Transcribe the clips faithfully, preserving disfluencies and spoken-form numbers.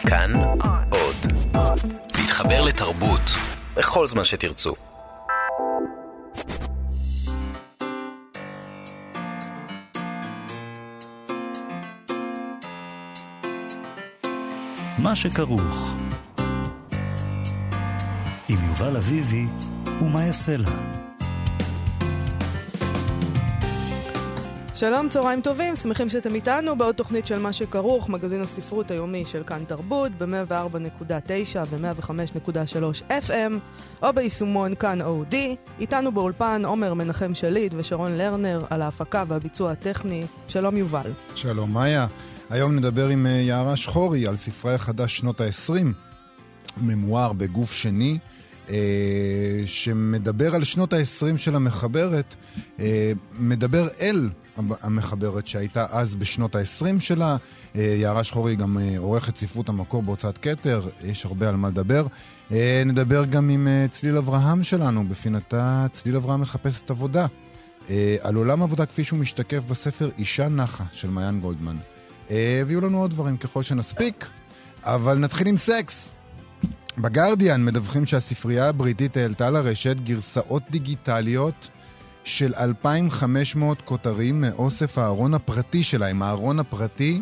כאן עוד. להתחבר לתרבות בכל זמן שתרצו. מה שכרוך עם יובל אביבי ומה יעשה לה. שלום, צהריים טובים, שמחים שאתם איתנו בעוד תוכנית של מה שכרוך, מגזין הספרות היומי של כאן תרבות, ב-מאה וארבע נקודה תשע ו-מאה וחמש נקודה שלוש אף אם, או ביישומון כאן אודי. איתנו באולפן עומר מנחם שליט ושרון לרנר על ההפקה והביצוע הטכני. שלום יובל. שלום מאיה. היום נדבר עם יערה שחורי על ספרי החדש שנות ה-עשרים, ממואר בגוף שני, שמדבר על שנות ה-עשרים של המחברת, מדבר אל המחברת שהייתה אז בשנות ה-עשרים שלה. יערה שחורי גם עורכת ספרות המקור בהוצאת כתר, יש הרבה על מה לדבר. נדבר גם עם צליל אברהם שלנו, בפינתה צליל אברהם מחפשת עבודה, על עולם עבודה כפי שהוא משתקף בספר אישה נחה של מעיין גולדמן. ויהיו לנו עוד דברים ככל שנספיק, אבל נתחיל עם סקס. בגרדיאן מדווחים שהספרייה הבריטית העלתה לרשת גרסאות דיגיטליות של אלפיים וחמש מאות כותרים מאוסף הארון הפרטי שלהם. הארון הפרטי,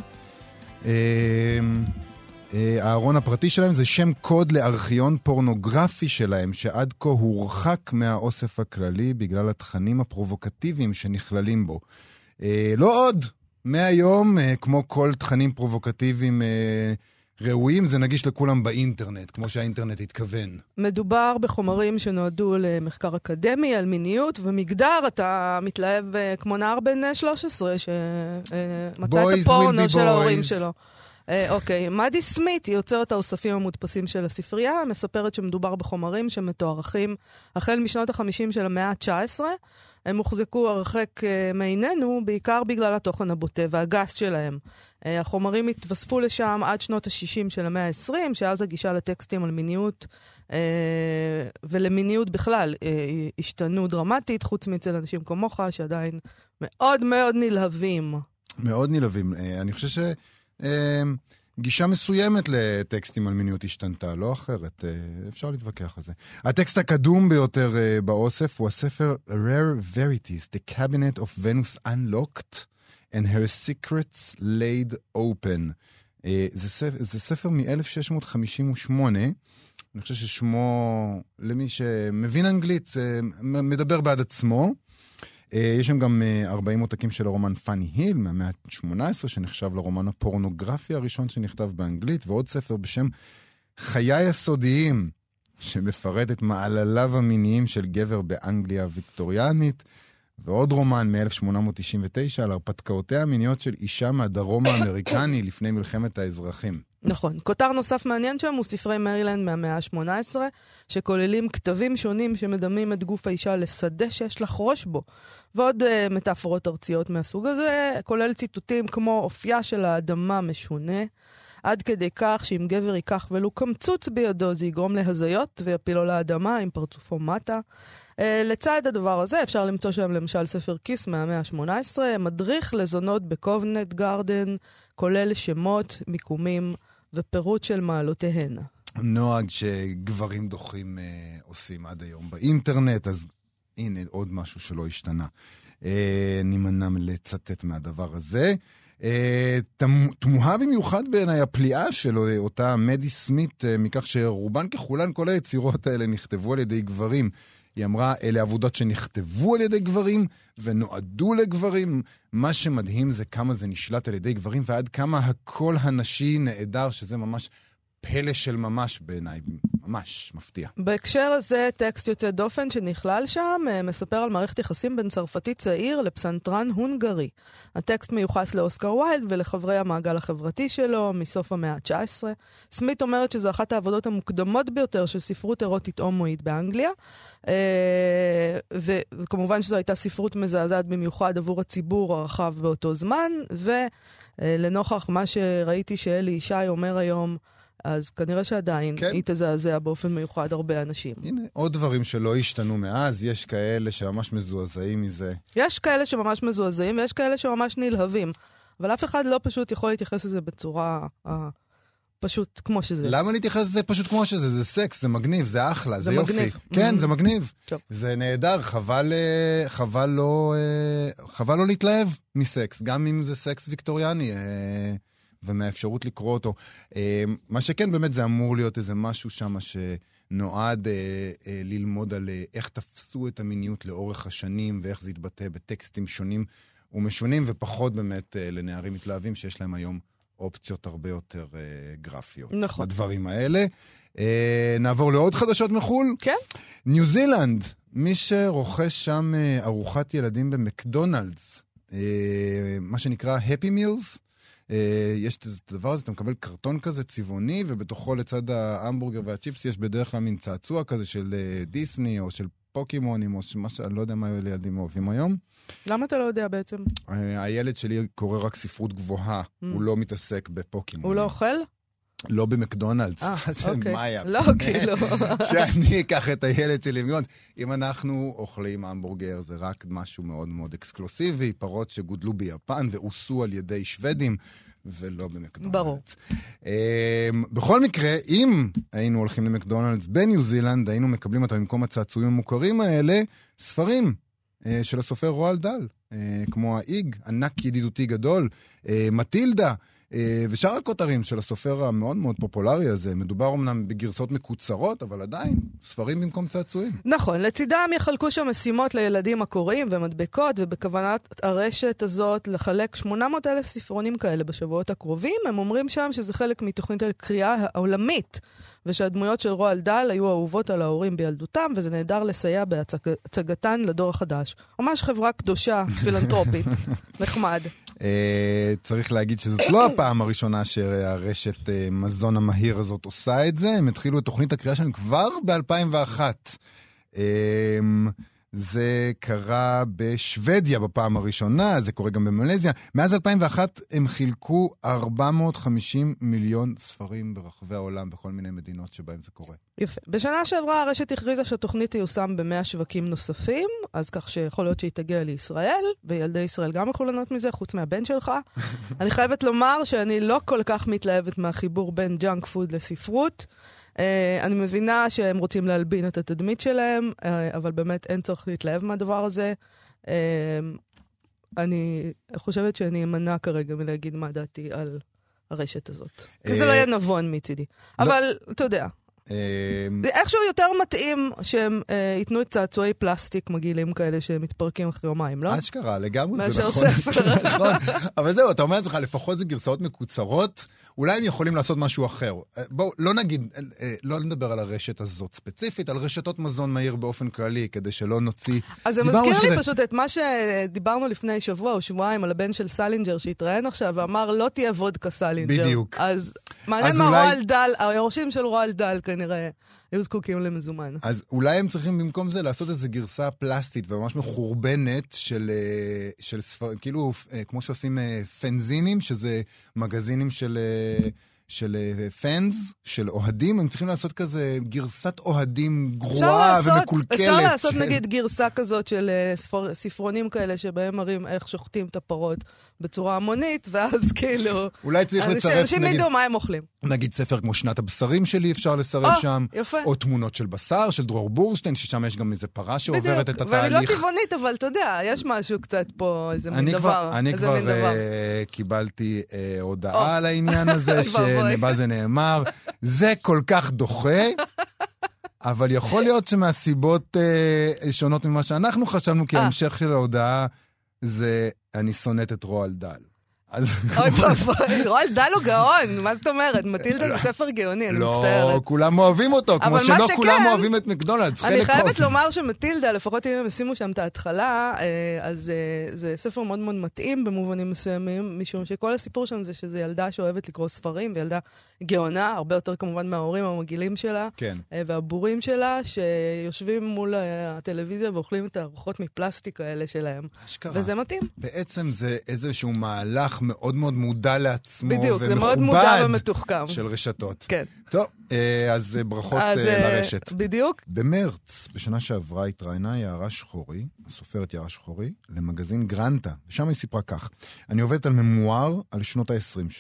הארון הפרטי שלהם זה שם קוד לארכיון פורנוגרפי שלהם, שעד כה הורחק מהאוסף הכללי בגלל התכנים הפרובוקטיביים שנכללים בו. לא עוד! מהיום, כמו כל תכנים פרובוקטיביים ראויים, זה נגיש לכולם באינטרנט, כמו שהאינטרנט התכוון. מדובר בחומרים שנועדו למחקר אקדמי על מיניות ומגדר. אתה מתלהב כמו נער בן שלוש עשרה שמצא את הפורנו של ההורים שלו. אוקיי, מדי סמית היא יוצרת האוספים המודפסים של הספרייה, מספרת שמדובר בחומרים שמתוארכים החל משנות ה-חמישים של המאה ה-תשע עשרה. הם הוחזקו הרחק מעיננו, בעיקר בגלל התוכן הבוטה והגס שלהם. החומרים התווספו לשם עד שנות ה-שישים של המאה ה-עשרים, שאז הגישה לטקסטים על מיניות ולמיניות בכלל השתנו דרמטית, חוץ מאצל אנשים כמוך, שעדיין מאוד מאוד נלהבים. מאוד נלהבים. אני חושב ש... גישה מסוימת לטקסטים על מיניות השתנתה, לא אחרת. אפשר להתווכח על זה. הטקסט הקדום ביותר באוסף הוא הספר Rare Verities, The Cabinet of Venus Unlocked and Her Secrets Laid Open. זה ספר, זה ספר מ-אלף שש מאות חמישים ושמונה. אני חושב ששמו, למי שמבין אנגלית, מדבר בעד עצמו. יש שם גם ארבעים עותקים של הרומן פאני היל מהמאה ה-שמונה עשרה, שנחשב לרומן הפורנוגרפי הראשון שנכתב באנגלית, ועוד ספר בשם חיי הסודיים, שמפרט את מעלליו המיניים של גבר באנגליה הוויקטוריאנית, ועוד רומן מ-אלף שמונה מאות תשעים ותשע על הרפתקאותיה המיניות של אישה מהדרום האמריקני לפני מלחמת האזרחים. נכון. כותר נוסף מעניין שם הוא ספרי מרילנד מהמאה ה-שמונה עשרה, שכוללים כתבים שונים שמדמים את גוף האישה לשדה שיש לחרוש בו, ועוד uh, מטאפורות ארציות מהסוג הזה, כולל ציטוטים כמו אופייה של האדמה משונה, עד כדי כך שאם גבר ייקח ולו קמצוץ בידו זה יגרום להזיות ויפילו לאדמה עם פרצופו מטה. Uh, לצד הדבר הזה אפשר למצוא שם למשל ספר כיס מהמאה ה-שמונה עשרה, מדריך לזונות בקובנט גרדן, כולל שמות, מיקומים ופירוט של מעלותיהן. נוהג שגברים דוחים אה, עושים עד היום באינטרנט, אז הנה עוד משהו שלא השתנה. אה, נימנע לצטט מהדבר הזה. אה, תמוהה במיוחד בעיניי הפליאה של אותה מדי סמית, אה, מכך שרובן ככולן כל היצירות האלה נכתבו על ידי גברים. היא אמרה, אלה עבודות שנכתבו על ידי גברים ונועדו לגברים. מה שמדהים זה כמה זה נשלט על ידי גברים, ועד כמה הקול הנשי נעדר, שזה ממש פלא של ממש בעיניי, ממש מפתיע. בהקשר הזה, טקסט יוצא דופן שנכלל שם, מספר על מערכת יחסים בין צרפתי צעיר לפסנתרן הונגרי. הטקסט מיוחס לאוסקר ויילד ולחברי המעגל החברתי שלו מסוף המאה ה-תשע עשרה. סמית אומרת שזו אחת העבודות המוקדמות ביותר של ספרות אירוטית הומואית באנגליה, וכמובן שזו הייתה ספרות מזעזעת במיוחד עבור הציבור הרחב באותו זמן, ולנוכח מה שראיתי שאלי ישי אומר היום, אז כנראה שעדיין כן. היא תזעזע באופן מיוחד הרבה אנשים. הנה, עוד דברים שלא השתנו מאז, יש כאלה שממש מזועזעים מזה. יש כאלה שממש מזועזעים, ויש כאלה שממש נלהבים. אבל אף אחד לא פשוט יכול להתייחס לזה בצורה פשוט כמו שזה. למה להתייחס לזה פשוט כמו שזה? זה סקס, זה מגניב, זה אחלה, זה, זה יופי. מגניב. כן, mm-hmm. זה מגניב. טוב. זה נהדר, חבל, חבל לא, חבל לא להתלהב מסקס, גם אם זה סקס ויקטוריאני, ומהאפשרות לקרוא אותו. מה שכן, באמת זה אמור להיות איזה משהו שם שנועד ללמוד על איך תפסו את המיניות לאורך השנים, ואיך זה יתבטא בטקסטים שונים ומשונים, ופחות באמת לנערים מתלהבים שיש להם היום אופציות הרבה יותר uh, גרפיות. נכון. בדברים האלה. Uh, נעבור לעוד חדשות מחול. כן. ניו זילנד, מי שרוכש שם uh, ארוחת ילדים במקדונלדס, uh, מה שנקרא Happy Meals, uh, יש את הדבר הזה, אתה מקבל קרטון כזה צבעוני, ובתוכו לצד ההמבורגר והצ'יפס יש בדרך כלל מין צעצוע כזה של uh, דיסני או של פוקימונים, או מה שאני לא יודע מה ילדים אוהבים היום. למה אתה לא יודע בעצם? הילד שלי קורא רק ספרות גבוהה, הוא לא מתעסק בפוקימונים. הוא לא אוכל? לא במקדונלדס. אה, אוקיי. מה היה? לא, כאילו. שאני אקח את הילד שלי במקדונלדס. אם אנחנו אוכלים המבורגר, זה רק משהו מאוד מאוד אקסקלוסיבי, פרות שגודלו ביפן ואוסו על ידי שוודים, ולא במקדונלדס. ברור. בכל מקרה, אם היינו הולכים למקדונלדס בניו זילנד, היינו מקבלים אותם במקום הצעצועים המוכרים האלה, ספרים של הסופר רואלד דאל, כמו האיג, ענק ידידותי גדול, מטילדה, ושאר הכותרים של הסופר המאוד מאוד פופולרי הזה. מדובר אמנם בגרסאות מקוצרות, אבל עדיין ספרים במקום צעצועים. נכון, לצידם יחלקו שם משימות לילדים הקוראים ומדבקות, ובכוונת הרשת הזאת לחלק שמונה מאות אלף ספרונים כאלה בשבועות הקרובים. הם אומרים שם שזה חלק מתוכנית הקריאה העולמית, ושהדמויות של רואלד דאל היו אהובות על ההורים בילדותם, וזה נהדר לסייע בהצגתן לדור החדש. ממש חברה קדושה, פילנטרופית. נחמד. צריך להגיד שזאת לא הפעם הראשונה שהרשת מזון המהיר הזאת עושה את זה. הם התחילו את תוכנית הקריאה שלהם כבר ב-אלפיים ואחת. זה קרה בשוודיה בפעם הראשונה, זה קורה גם במלזיה. מאז אלפיים ואחת הם חילקו ארבע מאות וחמישים מיליון ספרים ברחבי העולם, בכל מיני מדינות שבהם זה קורה. יפה. בשנה שעברה הרשת הכריזה שהתוכנית תיושם במאה שווקים נוספים, אז כך שיכול להיות שהיא תגיע לישראל, וילדי ישראל גם יכולו ליהנות מזה, חוץ מהבן שלך. אני חייבת לומר שאני לא כל כך מתלהבת מהחיבור בין ג'אנק פוד לספרות. Uh, אני מבינה שהם רוצים להלבין את התדמית שלהם, uh, אבל באמת אין צורך להתלהב מהדבר הזה. Uh, אני חושבת שאני אמנע כרגע מלהגיד מה דעתי על הרשת הזאת. כי זה לא יהיה נבון מצידי. אבל אתה יודע, זה איכשהו יותר מתאים שהם ייתנו את צעצועי פלסטיק מגעילים כאלה שמתפרקים אחרי יומיים, לא? אשכרה, לגמרי זה מאשר נכון. ספר. נכון. אבל זהו, אתה אומר את זה, לפחות זה גרסאות מקוצרות, אולי הם יכולים לעשות משהו אחר. בואו, לא נגיד, לא נדבר על הרשת הזאת ספציפית, על רשתות מזון מהיר באופן כללי, כדי שלא נוציא... אז זה מזכיר לי פשוט את מה שדיברנו לפני שבוע או שבועיים על הבן של סלינג'ר שהתראיין עכשיו ואמר, לא תהיה וודקה סלינג'ר. בדיוק. אז מעניין מה רואלד דאל, היורשים של רואלד דאל כנראה היו זקוקים למזומן. אז אולי הם צריכים במקום זה לעשות איזו גרסה פלסטית וממש מחורבנת של, של ספר, כאילו כמו שעושים פנזינים, שזה מגזינים של... של פאנס, של אוהדים, הם צריכים לעשות כזה גרסת אוהדים גרועה ומקולקלת. אפשר לעשות של... נגיד גרסה כזאת של ספר, ספרונים כאלה שבהם מראים איך שוחטים את הפרות בצורה המונית, ואז כאילו... אולי צריך לצרף... אנשים ידעו מה הם אוכלים. נגיד ספר כמו שנת הבשרים שלי אפשר לסרב או, שם. יפה. או תמונות של בשר, של דרור בורשטיין, ששם יש גם איזה פרה שעוברת את התהליך. ואני לא טבעונית, אבל אתה יודע, יש משהו קצת פה, איזה מין דבר. כבר, אני איזה כבר מין דבר. uh, קיבלתי uh, הודעה על העניין הזה, שנבא זה נאמר. זה כל כך דוחה, אבל יכול להיות שמהסיבות uh, שונות ממה שאנחנו חשבנו, כי ההמשך של ההודעה זה, אני שונאת את רואלד דאל. אוי פאפוי, רואלד דאל הוא גאון, מה זאת אומרת? מטילדה זה ספר גאוני, אני מצטערת. לא, כולם אוהבים אותו, כמו שלא כולם אוהבים את מקדונלדס. אני חייבת לומר שמטילדה, לפחות אם הם ישימו שם את ההתחלה, אז זה ספר מאוד מאוד מתאים במובנים מסוימים, משום שכל הסיפור שם זה שזה ילדה שאוהבת לקרוא ספרים, וילדה גאונה, הרבה יותר כמובן מההורים המגעילים שלה, והבורים שלה, שיושבים מול הטלוויזיה ואוכלים את הארוחות מפלסטיק האלה שלהם. וזה מתאים. בעצם זה איזשהו מהלך מאוד מאוד מודע לעצמו בדיוק, זה מאוד מודע ומתוחכם. של רשתות. כן. טוב, אז ברכות אז, לרשת. בדיוק. במרץ, בשנה שעברה, התראיינה יערה שחורי, הסופרת יערה שחורי, למגזין גרנטה, ושם היא סיפרה כך: אני עובדת על ממואר על שנות ה-עשרים שלי.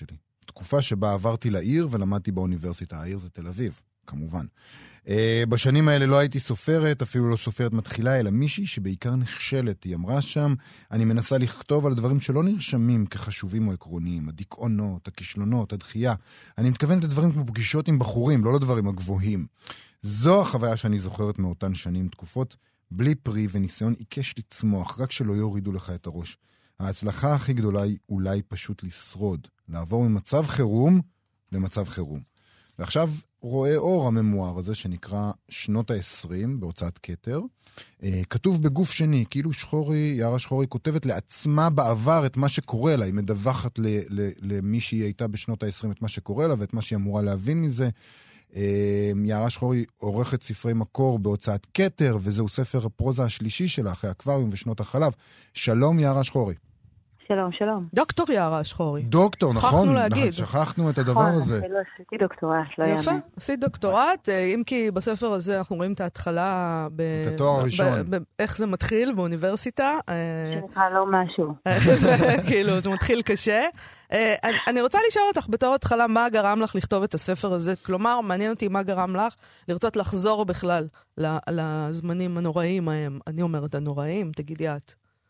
תקופה שבה עברתי לעיר ולמדתי באוניברסיטה. העיר זה תל אביב, כמובן. בשנים האלה לא הייתי סופרת, אפילו לא סופרת מתחילה, אלא מישהי שבעיקר נכשלת. היא אמרה שם, אני מנסה לכתוב על דברים שלא נרשמים כחשובים או עקרוניים, הדיכאונות, הכישלונות, הדחייה. אני מתכוונת לדברים כמו פגישות עם בחורים, לא לדברים הגבוהים. זו החוויה שאני זוכרת מאותן שנים, תקופות בלי פרי וניסיון עיקש לצמוח, רק שלא יורידו לך את הראש. ההצלחה הכי גדולה היא אולי פשוט לשרוד, לעבור ממצב חירום למצב חירום. ועכשיו רואה אור הממואר הזה שנקרא שנות ה-עשרים בהוצאת כתר. כתוב בגוף שני, כאילו שחורי, יערה שחורי כותבת לעצמה בעבר את מה שקורה לה, היא מדווחת למי שהיא הייתה בשנות ה-עשרים את מה שקורה לה ואת מה שהיא אמורה להבין מזה. יערה שחורי עורכת ספרי מקור בהוצאת כתר, וזהו ספר הפרוזה השלישי שלה אחרי אקווריום ושנות החלב. שלום יערה שחורי. שלום, שלום. דוקטור יערה שחורי. דוקטור, נכון? שכחנו להגיד. שכחנו את הדבר הזה. נכון, עשיתי דוקטורט, לא יאמן. יפה, עשית דוקטורט, אם כי בספר הזה אנחנו רואים את ההתחלה, את התואר הראשון. איך זה מתחיל באוניברסיטה. שנקרא לא משהו. כאילו, זה מתחיל קשה. אני רוצה לשאול אותך בתור התחלה, מה גרם לך לכתוב את הספר הזה? כלומר, מעניין אותי מה גרם לך לרצות לחזור בכלל לזמנים הנוראיים ההם. אני אומרת הנוראיים, תגידי את.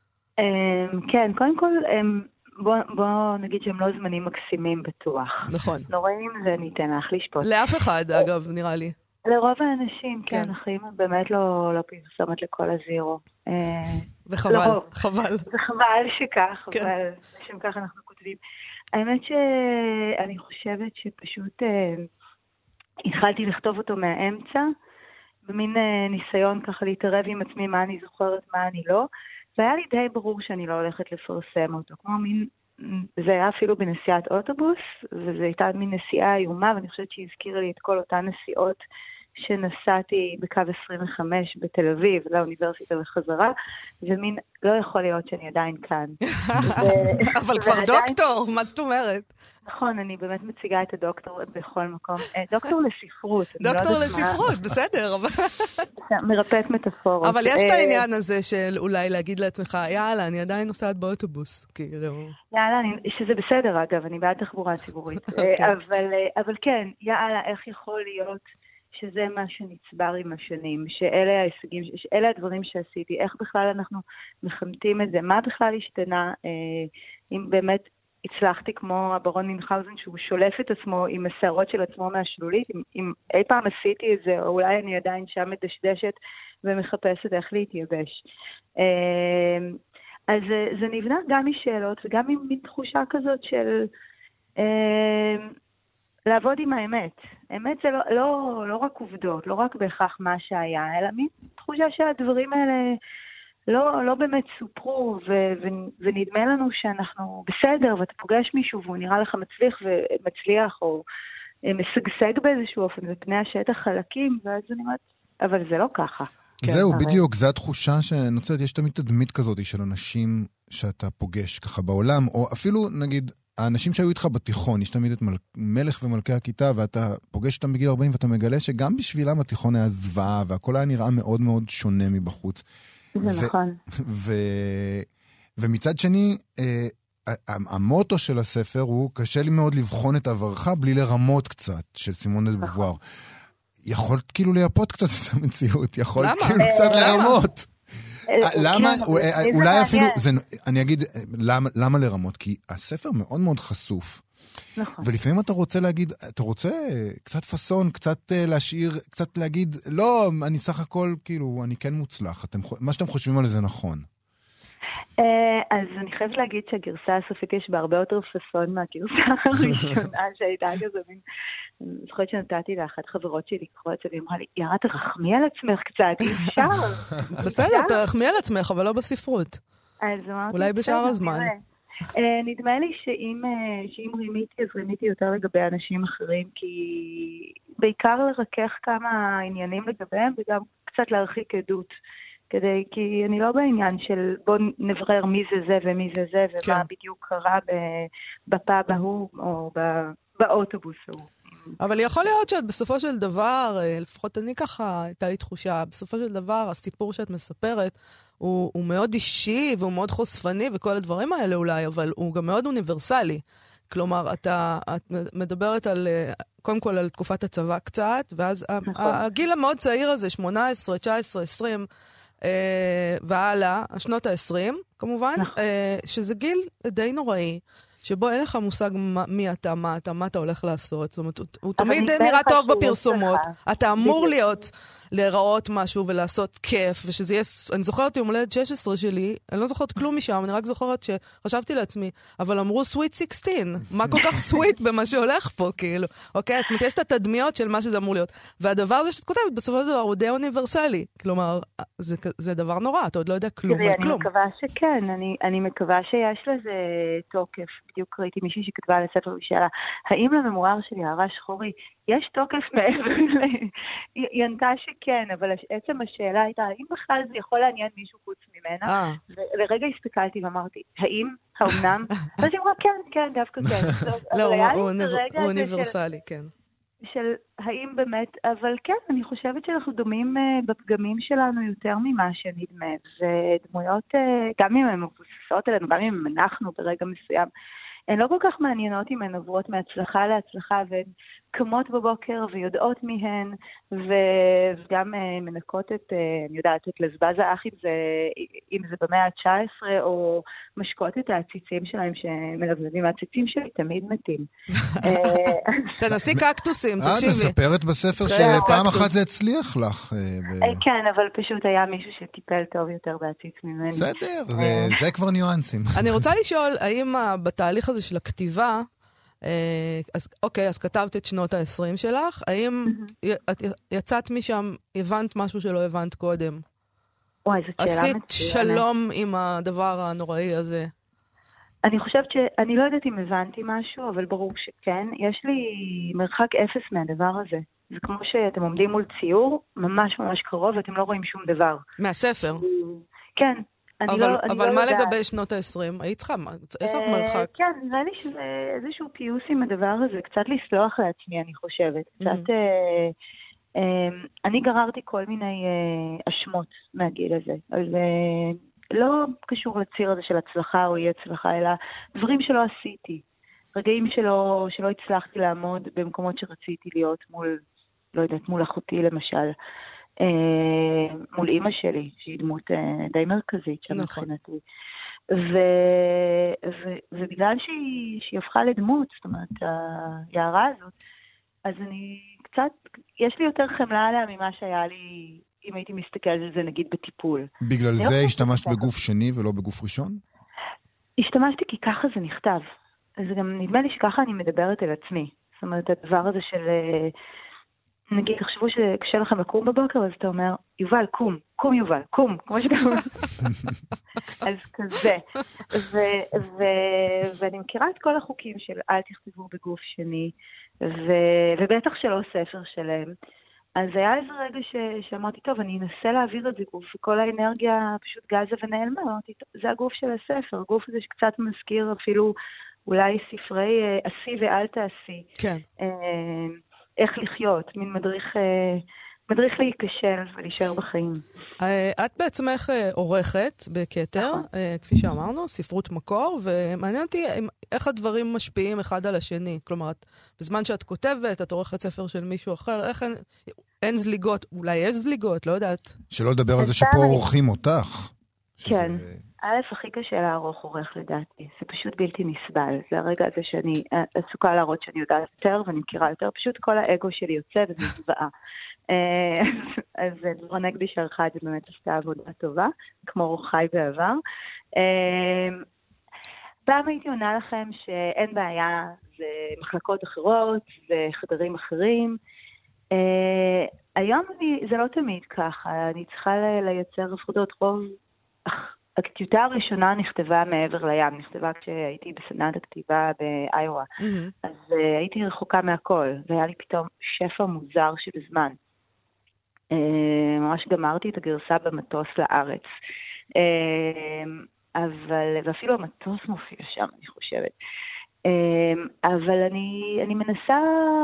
כן, קודם כל, בוא נגיד שהם לא זמנים מקסימים בטוח. נכון. נוראים זה ניתן לך לשפוט. לאף אחד, אגב, נראה לי. לרוב האנשים, כן, החיים באמת לא פרסומת לכל הזירו. וחבל, חבל. וחבל שכך, אבל לשם כך אנחנו כותבים. האמת שאני חושבת שפשוט התחלתי לכתוב אותו מהאמצע, במין ניסיון ככה להתערב עם עצמי מה אני זוכרת, מה אני לא. והיה לי די ברור שאני לא הולכת לפרסם אותו, כמו מין, זה היה אפילו בנסיעת אוטובוס, וזו הייתה מין נסיעה איומה, ואני חושבת שהיא הזכירה לי את כל אותן נסיעות שנסעתי בקו עשרים וחמש בתל אביב, לאוניברסיטה וחזרה, ומין, לא יכול להיות שאני עדיין כאן. אבל כבר דוקטור, מה זאת אומרת? נכון, אני באמת מציגה את הדוקטור בכל מקום. דוקטור לספרות. דוקטור לספרות, בסדר. מרפאת מטאפורות. אבל יש את העניין הזה של אולי להגיד לעצמך, יאללה, אני עדיין נוסעת באוטובוס. יאללה, שזה בסדר אגב, אני בעד תחבורה ציבורית. אבל כן, יאללה, איך יכול להיות שזה מה שנצבר עם השנים, שאלה ההישגים, שאלה הדברים שעשיתי, איך בכלל אנחנו מחמתים את זה, מה בכלל השתנה, אם באמת הצלחתי כמו הברון מינכאוזן שהוא שולף את עצמו עם השערות של עצמו מהשלולית, אם, אם אי פעם עשיתי את זה, או אולי אני עדיין שם מדשדשת ומחפשת איך להתייבש. אז זה, זה נבנה גם משאלות וגם עם תחושה כזאת של לעבוד עם האמת. אמת זה לא, לא, לא רק עובדות, לא רק בהכרח מה שהיה, אלא מין תחושה שהדברים האלה לא, לא באמת סופרו, ו- ו- ונדמה לנו שאנחנו בסדר, ואתה פוגש מישהו והוא נראה לך מצליח ומצליח, או משגשג באיזשהו אופן, ופני השטח חלקים, ואז אני אומרת, אבל זה לא ככה. זהו, בדיוק, זו התחושה שנוצרת, יש תמיד תדמית כזאת של אנשים שאתה פוגש ככה בעולם, או אפילו נגיד, האנשים שהיו איתך בתיכון, יש תמיד את מל... מלך ומלכי הכיתה, ואתה פוגש אותם בגיל ארבעים, ואתה מגלה שגם בשבילם התיכון היה זוועה, והכל היה נראה מאוד מאוד שונה מבחוץ. זה נכון. ומצד שני, המוטו של הספר הוא, קשה לי מאוד לבחון את עברך בלי לרמות קצת, של סימון דה בובואר. יכולת כאילו לייפות קצת את המציאות, יכולת כאילו קצת לרמות. למה, אולי אפילו, אני אגיד, למה לרמות? כי הספר מאוד מאוד חשוף. נכון. ולפעמים אתה רוצה להגיד, אתה רוצה קצת פסון, קצת להשאיר, קצת להגיד, לא, אני סך הכל, כאילו, אני כן מוצלח. אתם, מה שאתם חושבים על זה נכון. אז אני חייבת להגיד שהגרסה הסופית יש בה הרבה יותר פסון מהגרסה הראשונה שהייתה כזה מין, אני זוכרת שנתתי לאחת חברות שלי לקרוא את זה, והיא אמרה לי, יערה, תרחמי על עצמך קצת, אי אפשר. בסדר, תרחמי על עצמך, אבל לא בספרות. אולי בשאר הזמן. נדמה לי שאם רימיתי, אז רימיתי יותר לגבי אנשים אחרים, כי בעיקר לרכך כמה עניינים לגביהם, וגם קצת להרחיק עדות. כדי, כי אני לא בעניין של בוא נברר מי זה זה ומי זה זה, ומה כן. בדיוק קרה בפאב ההוא, או באוטובוס ההוא. אבל יכול להיות שאת בסופו של דבר, לפחות אני ככה, הייתה לי תחושה, בסופו של דבר, הסיפור שאת מספרת, הוא, הוא מאוד אישי, והוא מאוד חושפני, וכל הדברים האלה אולי, אבל הוא גם מאוד אוניברסלי. כלומר, אתה, את מדברת על, קודם כל על תקופת הצבא קצת, ואז נכון. הגיל המאוד צעיר הזה, שמונה עשרה, תשע עשרה, עשרים, אה, והלאה, השנות ה-עשרים, כמובן, נכון. אה, שזה גיל די נוראי, שבו אין לך מושג מי אתה, מה אתה, מה אתה הולך לעשות. זאת אומרת, הוא תמיד נראה טוב בפרסומות. אתה אמור להיות, להיראות משהו ולעשות כיף, ושזה יהיה, אני זוכרת יום הולדת שש עשרה שלי, אני לא זוכרת כלום משם, אני רק זוכרת שחשבתי לעצמי, אבל אמרו סוויט שש עשרה, מה כל כך סוויט במה שהולך פה, כאילו. אוקיי, זאת אומרת, יש את התדמיות של מה שזה אמור להיות. והדבר הזה שאת כותבת, בסופו של דבר, הוא די אוניברסלי. כלומר, זה, זה דבר נורא, אתה עוד לא יודע כלום על כלום. אני מקווה שכן, אני, אני מקווה שיש לזה תוקף. בדיוק ראיתי מישהי שכתבה על הספר ושאלה, האם לממואר שלי, הערה שחורי, יש תוקף מעבר ל... היא ענתה שכן, אבל עצם השאלה הייתה, האם בכלל זה יכול לעניין מישהו חוץ ממנה? ולרגע הסתכלתי ואמרתי, האם, האומנם? אז היא אמרה, כן, כן, דווקא כן. לא, הוא אוניברסלי, כן. של האם באמת, אבל כן, אני חושבת שאנחנו דומים בפגמים שלנו יותר ממה שנדמה, ודמויות, גם אם הן מבוססות עלינו, גם אם אנחנו ברגע מסוים, הן לא כל כך מעניינות אם הן עוברות מהצלחה להצלחה, והן קמות בבוקר ויודעות מהן, וגם מנקות את, אני יודעת, את לזבז האח, אם זה במאה ה-תשע עשרה, או משקות את העציצים שלהם, שמלבלבים, העציצים שלי תמיד מתים. תנסי קקטוסים, תקשיבי. את מספרת בספר שפעם אחת זה הצליח לך. כן, אבל פשוט היה מישהו שטיפל טוב יותר בעציץ ממני. בסדר, זה כבר ניואנסים. אני רוצה לשאול, האם בתהליך הזה של הכתיבה, אז, אוקיי, אז כתבת את שנות ה-עשרים שלך, האם את יצאת משם, הבנת משהו שלא הבנת קודם? וואי, זאת שאלה מצוינת. עשית שלום עם הדבר הנוראי הזה? אני חושבת שאני לא יודעת אם הבנתי משהו, אבל ברור שכן. יש לי מרחק אפס מהדבר הזה. זה כמו שאתם עומדים מול ציור, ממש ממש קרוב, ואתם לא רואים שום דבר. מהספר? כן. אבל, לא, אבל לא מה יודעת. לגבי שנות ה-עשרים? היית צריכה, יש לך מרחק? כן, נראה לי שזה איזשהו פיוס עם הדבר הזה, קצת לסלוח לעצמי, אני חושבת. קצת, אה, אה, אני גררתי כל מיני אה, אשמות מהגיל הזה, אז אה, לא קשור לציר הזה של הצלחה או אי הצלחה, אלא דברים שלא עשיתי. רגעים שלא, שלא הצלחתי לעמוד במקומות שרציתי להיות מול, לא יודעת, מול אחותי למשל. Uh, מול אמא שלי, שהיא דמות uh, די מרכזית שם מבחינתי. ו- ו- ובגלל שהיא, שהיא הפכה לדמות, זאת אומרת, היערה הזאת, אז אני קצת, יש לי יותר חמלה עליה ממה שהיה לי, אם הייתי מסתכל על זה נגיד בטיפול. בגלל זה השתמשת בגוף שני ולא בגוף ראשון? השתמשתי כי ככה זה נכתב. אז גם נדמה לי שככה אני מדברת אל עצמי. זאת אומרת, הדבר הזה של... נגיד, תחשבו שקשה לכם לקום בבוקר, אז אתה אומר, יובל, קום, קום יובל, קום, כמו שאתה אומר. אז כזה. ו- ו- ואני מכירה את כל החוקים של אל תכתבו בגוף שני, ו- ובטח שלא ספר שלהם. אז היה איזה רגע ש- שאמרתי, טוב, אני אנסה להעביר את זה גוף, וכל האנרגיה פשוט גזה ונעלמה. אמרתי, זה הגוף של הספר, הגוף הזה שקצת מזכיר אפילו אולי ספרי עשי ואל תעשי. כן. איך לחיות, מין מדריך, מדריך להיכשל ולהישאר בחיים. את בעצמך עורכת בכתר, כפי שאמרנו, ספרות מקור, ומעניין אותי איך הדברים משפיעים אחד על השני. כלומר, בזמן שאת כותבת, את עורכת ספר של מישהו אחר, איך אין, אין זליגות, אולי יש זליגות, לא יודעת. שלא לדבר על זה שפה עורכים אותך. כן. א', הכי קשה לערוך עורך לדעתי, זה פשוט בלתי נסבל, זה הרגע הזה שאני עסוקה להראות שאני יודעת יותר ואני מכירה יותר, פשוט כל האגו שלי יוצא וזה זוועה. אז דבורה נגבי שערכה את זה באמת עשתה עבודה טובה, כמו רוחי בעבר. פעם הייתי עונה לכם שאין בעיה, זה מחלקות אחרות, זה חדרים אחרים. היום זה לא תמיד ככה, אני צריכה לייצר הפרדות רוב הטיוטה הראשונה נכתבה מעבר לים, נכתבה כשהייתי בסדנת הכתיבה באיואה. Mm-hmm. אז uh, הייתי רחוקה מהכל, והיה לי פתאום שפע מוזר של זמן. Uh, ממש גמרתי את הגרסה במטוס לארץ. Uh, אבל, ואפילו המטוס מופיע שם, אני חושבת. Uh, אבל אני, אני מנסה,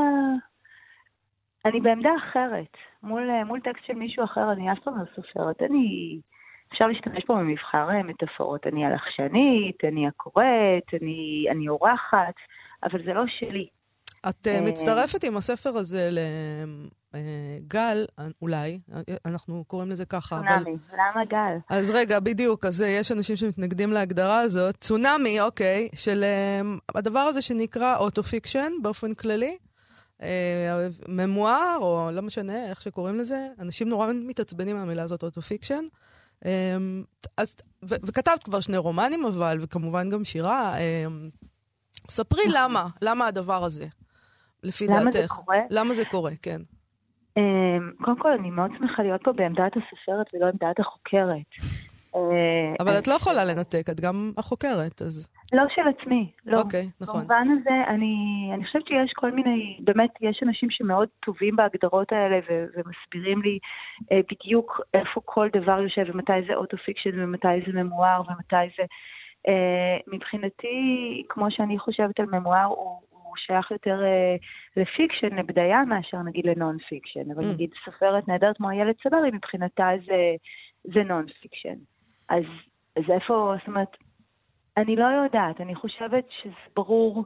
אני בעמדה אחרת. מול, מול טקסט של מישהו אחר, אני אף פעם לא סופרת. אני... אפשר להשתמש פה במבחר מטאפורות, אני הלחשנית, אני הקוראת, אני, אני אורחת, אבל זה לא שלי. את מצטרפת עם הספר הזה לגל, אולי, אנחנו קוראים לזה ככה. צונמי, למה גל? אז רגע, בדיוק, אז יש אנשים שמתנגדים להגדרה הזאת. צונמי, אוקיי, של הדבר הזה שנקרא אוטו-פיקשן באופן כללי, ממואר, או לא משנה איך שקוראים לזה, אנשים נורא מתעצבנים מהמילה הזאת, אוטו-פיקשן. אז, ו- וכתבת כבר שני רומנים, אבל, וכמובן גם שירה. ספרי למה, למה הדבר הזה, לפי דעתך. למה זה קורה? למה זה קורה, כן. קודם כל, אני מאוד שמחה להיות פה בעמדת הסופרת ולא עמדת החוקרת. אבל את לא יכולה לנתק, את גם החוקרת, אז... לא של עצמי, לא. אוקיי, נכון. במובן הזה, אני, אני חושבת שיש כל מיני, באמת, יש אנשים שמאוד טובים בהגדרות האלה, ו- ומסבירים לי אה, בדיוק איפה כל דבר יושב, ומתי זה אוטו-פיקשן, ומתי זה ממואר, ומתי זה... אה, מבחינתי, כמו שאני חושבת על ממואר, הוא, הוא שייך יותר אה, לפיקשן, לבדיה, מאשר נגיד לנון-פיקשן. אבל mm. נגיד, סופרת נהדרת כמו הילד צברי, מבחינתה זה, זה נון-פיקשן. אז, אז איפה, זאת אומרת, אני לא יודעת, אני חושבת שזה ברור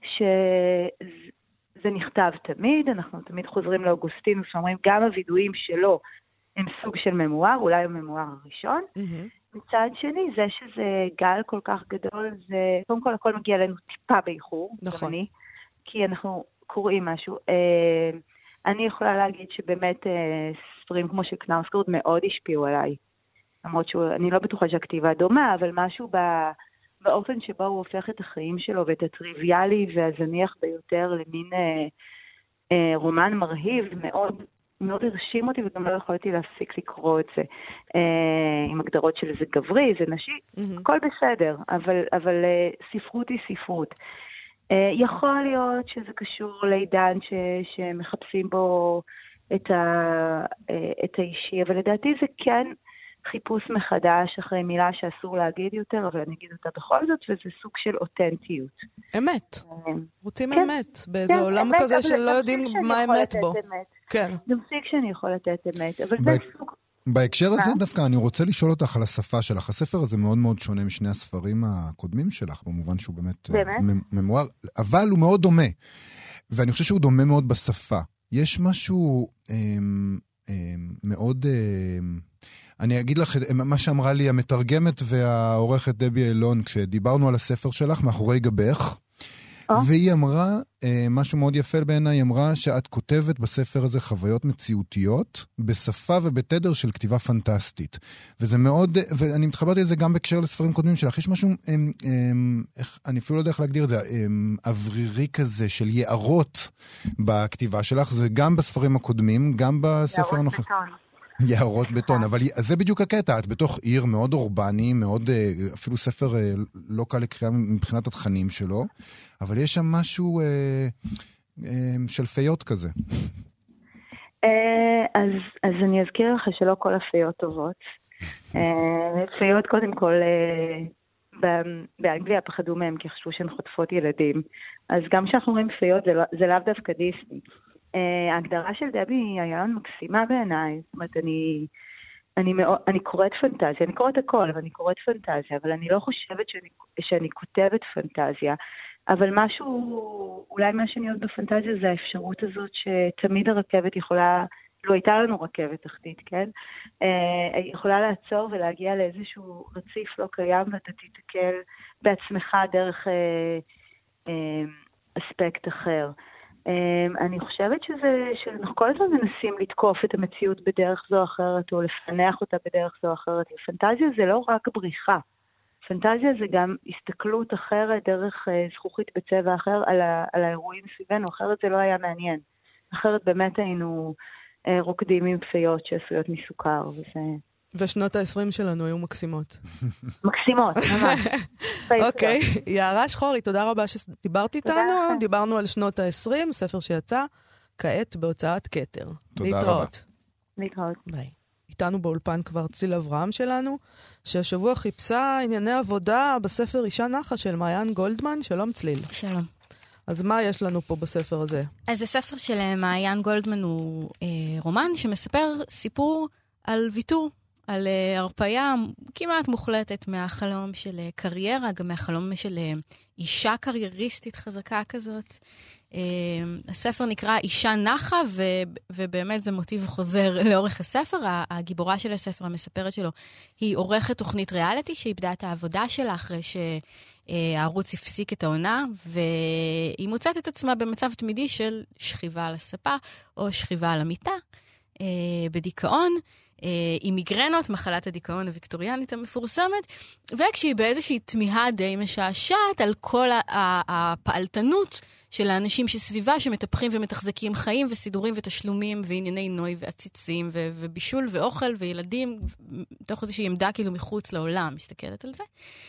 שזה נכתב תמיד, אנחנו תמיד חוזרים לאוגוסטינוס, שאומרים גם הוידועים שלו הם סוג של ממואר, אולי הממואר הראשון. Mm-hmm. מצד שני, זה שזה גל כל כך גדול, זה, קודם כל הכל מגיע לנו טיפה באיחור, נכון. אני, כי אנחנו קוראים משהו. אני יכולה להגיד שבאמת ספרים כמו של קנאוסקורד מאוד השפיעו עליי. למרות שאני לא בטוחה שהכתיבה דומה, אבל משהו באופן שבו הוא הופך את החיים שלו ואת הטריוויאלי והזניח ביותר למין אה, אה, רומן מרהיב, מאוד, מאוד הרשים אותי וגם לא יכולתי להפסיק לקרוא את זה. אה, עם הגדרות של זה גברי, זה נשי, mm-hmm. הכל בסדר, אבל, אבל אה, ספרות היא ספרות. אה, יכול להיות שזה קשור לעידן ש, שמחפשים בו את, ה, אה, את האישי, אבל לדעתי זה כן... חיפוש מחדש אחרי מילה שאסור להגיד יותר, אבל אני אגיד אותה בכל זאת, וזה סוג של אותנטיות. אמת. רוצים אמת, באיזה עולם כזה שלא יודעים מה אמת בו. כן. גם פיקשן יכול לתת אמת, אבל זה סוג... בהקשר הזה דווקא אני רוצה לשאול אותך על השפה שלך. הספר הזה מאוד מאוד שונה משני הספרים הקודמים שלך, במובן שהוא באמת ממואר, אבל הוא מאוד דומה. ואני חושב שהוא דומה מאוד בשפה. יש משהו מאוד... אני אגיד לך מה שאמרה לי המתרגמת והעורכת דבי אילון, כשדיברנו על הספר שלך, מאחורי גבך, oh. והיא אמרה, משהו מאוד יפה בעיניי, היא אמרה שאת כותבת בספר הזה חוויות מציאותיות, בשפה ובתדר של כתיבה פנטסטית. וזה מאוד, ואני מתחברתי לזה גם בהקשר לספרים קודמים שלך, יש משהו, הם, הם, איך, אני אפילו לא יודע איך להגדיר את זה, הם, אוורירי כזה של יערות בכתיבה שלך, זה גם בספרים הקודמים, גם בספר הנוכחי. יערות בטון, אבל זה בדיוק הקטע, את בתוך עיר מאוד אורבני, מאוד, אפילו ספר לא קל לקריאה מבחינת התכנים שלו, אבל יש שם משהו אה, אה, של פיות כזה. אז, אז אני אזכיר לך שלא כל הפיות טובות. פיות קודם כל, באנגליה פחדו מהם כי חשבו שהן חוטפות ילדים, אז גם כשאנחנו רואים פיות זה, לא, זה לאו דווקא דיסני. Uh, ההגדרה של דבי היא היה מקסימה בעיניי, זאת אומרת, אני, אני, מאוד, אני קוראת פנטזיה, אני קוראת הכל, אבל אני קוראת פנטזיה, אבל אני לא חושבת שאני, שאני כותבת פנטזיה, אבל משהו, אולי מה שאני עוד בפנטזיה זה האפשרות הזאת שתמיד הרכבת יכולה, לא הייתה לנו רכבת תחתית, כן? Uh, יכולה לעצור ולהגיע לאיזשהו רציף לא קיים, ואתה תתקל בעצמך דרך uh, uh, אספקט אחר. אני חושבת שזה, שאנחנו כל הזמן מנסים לתקוף את המציאות בדרך זו או אחרת, או לפנח אותה בדרך זו או אחרת. פנטזיה זה לא רק בריחה. פנטזיה זה גם הסתכלות אחרת, דרך זכוכית בצבע אחר, על, ה, על האירועים סביבנו. אחרת זה לא היה מעניין. אחרת באמת היינו רוקדים עם פיות שעשויות מסוכר, וזה... ושנות ה-עשרים שלנו היו מקסימות. מקסימות, ממש. אוקיי, יערה שחורי, תודה רבה שדיברת איתנו. דיברנו על שנות ה-עשרים, ספר שיצא כעת בהוצאת כתר. תודה רבה. להתראות. ביי. איתנו באולפן כבר צליל אברהם שלנו, שהשבוע חיפשה ענייני עבודה בספר אישה נחה של מעיין גולדמן. שלום צליל. שלום. אז מה יש לנו פה בספר הזה? אז הספר של מעיין גולדמן הוא אה, רומן שמספר סיפור על ויתור. על uh, הרפאיה כמעט מוחלטת מהחלום של uh, קריירה, גם מהחלום של uh, אישה קרייריסטית חזקה כזאת. Uh, הספר נקרא אישה נחה, ו- ובאמת זה מוטיב חוזר לאורך הספר. הגיבורה של הספר, המספרת שלו, היא עורכת תוכנית ריאליטי שאיבדה את העבודה שלה אחרי שהערוץ הפסיק את העונה, והיא מוצאת את עצמה במצב תמידי של שכיבה על הספה או שכיבה על המיטה, uh, בדיכאון, עם מיגרנות, מחלת הדיכאון הוויקטוריאנית המפורסמת, וכשהיא באיזושהי תמיהה די משעשעת על כל הפעלתנות של האנשים שסביבה, שמטפחים ומתחזקים חיים וסידורים ותשלומים וענייני נוי ועציצים ובישול ואוכל וילדים, תוך איזושהי עמדה כאילו מחוץ לעולם, מסתכלת על זה.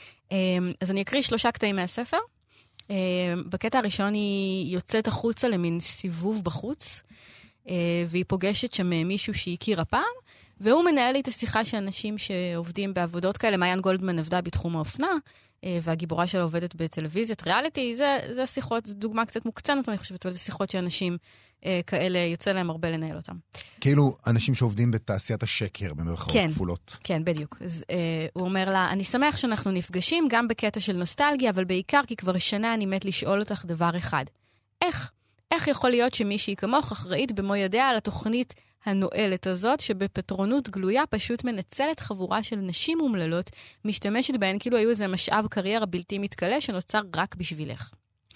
אז אני אקריא שלושה קטעים מהספר. בקטע הראשון היא יוצאת החוצה למין סיבוב בחוץ, והיא פוגשת שם מישהו שהיא הכירה פעם, והוא מנהל לי את השיחה של אנשים שעובדים בעבודות כאלה. מעיין גולדמן עבדה בתחום האופנה, והגיבורה שלה עובדת בטלוויזיית ריאליטי. זה, זה שיחות, זו דוגמה קצת מוקצנת, אני חושבת, אבל זה שיחות שאנשים כאלה, יוצא להם הרבה לנהל אותם. כאילו אנשים שעובדים בתעשיית השקר, במרכאות כן, כפולות. כן, בדיוק. אז הוא אומר לה, אני שמח שאנחנו נפגשים גם בקטע של נוסטלגיה, אבל בעיקר כי כבר שנה אני מת לשאול אותך דבר אחד. איך? איך יכול להיות שמישהי כמוך אחראית במו ידיה על התוכנית הנואלת הזאת, שבפטרונות גלויה פשוט מנצלת חבורה של נשים אומללות, משתמשת בהן כאילו היו איזה משאב קריירה בלתי מתקלה שנוצר רק בשבילך.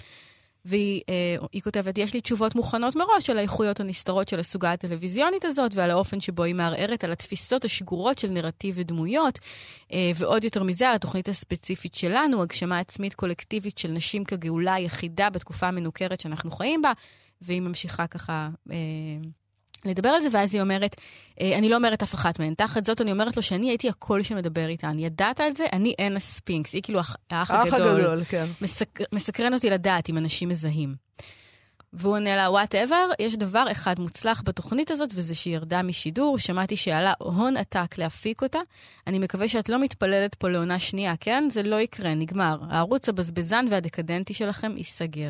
והיא אה, היא כותבת, יש לי תשובות מוכנות מראש על האיכויות הנסתרות של הסוגה הטלוויזיונית הזאת, ועל האופן שבו היא מערערת על התפיסות השגורות של נרטיב ודמויות, אה, ועוד יותר מזה על התוכנית הספציפית שלנו, הגשמה עצמית קולקטיבית של נשים כגאולה יחידה בתקופה המנוכרת שאנחנו חיים בה, והיא ממשיכה ככה אה, לדבר על זה, ואז היא אומרת, אה, אני לא אומרת אף אחת מהן, תחת זאת אני אומרת לו שאני הייתי הקול שמדבר איתן, ידעת על זה? אני אנה ספינקס, היא כאילו האח הגדול, הגדול כן. מסקר, מסקרן אותי לדעת אם אנשים מזהים. והוא עונה לה, whatever, יש דבר אחד מוצלח בתוכנית הזאת, וזה שהיא ירדה משידור, שמעתי שעלה הון עתק להפיק אותה, אני מקווה שאת לא מתפללת פה לעונה שנייה, כן? זה לא יקרה, נגמר. הערוץ הבזבזן והדקדנטי שלכם ייסגר.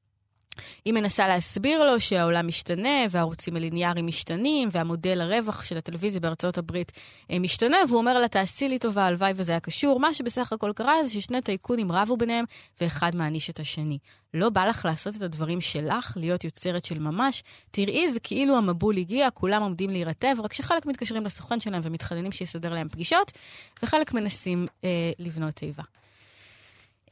היא מנסה להסביר לו שהעולם משתנה, והערוצים הליניאריים משתנים, והמודל הרווח של הטלוויזיה בארצות הברית משתנה, והוא אומר לה, תעשי לי טובה, הלוואי וזה היה קשור. מה שבסך הכל קרה זה ששני טייקונים רבו ביניהם, ואחד מעניש את השני. לא בא לך לעשות את הדברים שלך, להיות יוצרת של ממש. תראי, זה כאילו המבול הגיע, כולם עומדים להירטב, רק שחלק מתקשרים לסוכן שלהם ומתחננים שיסדר להם פגישות, וחלק מנסים אה, לבנות תיבה. אה,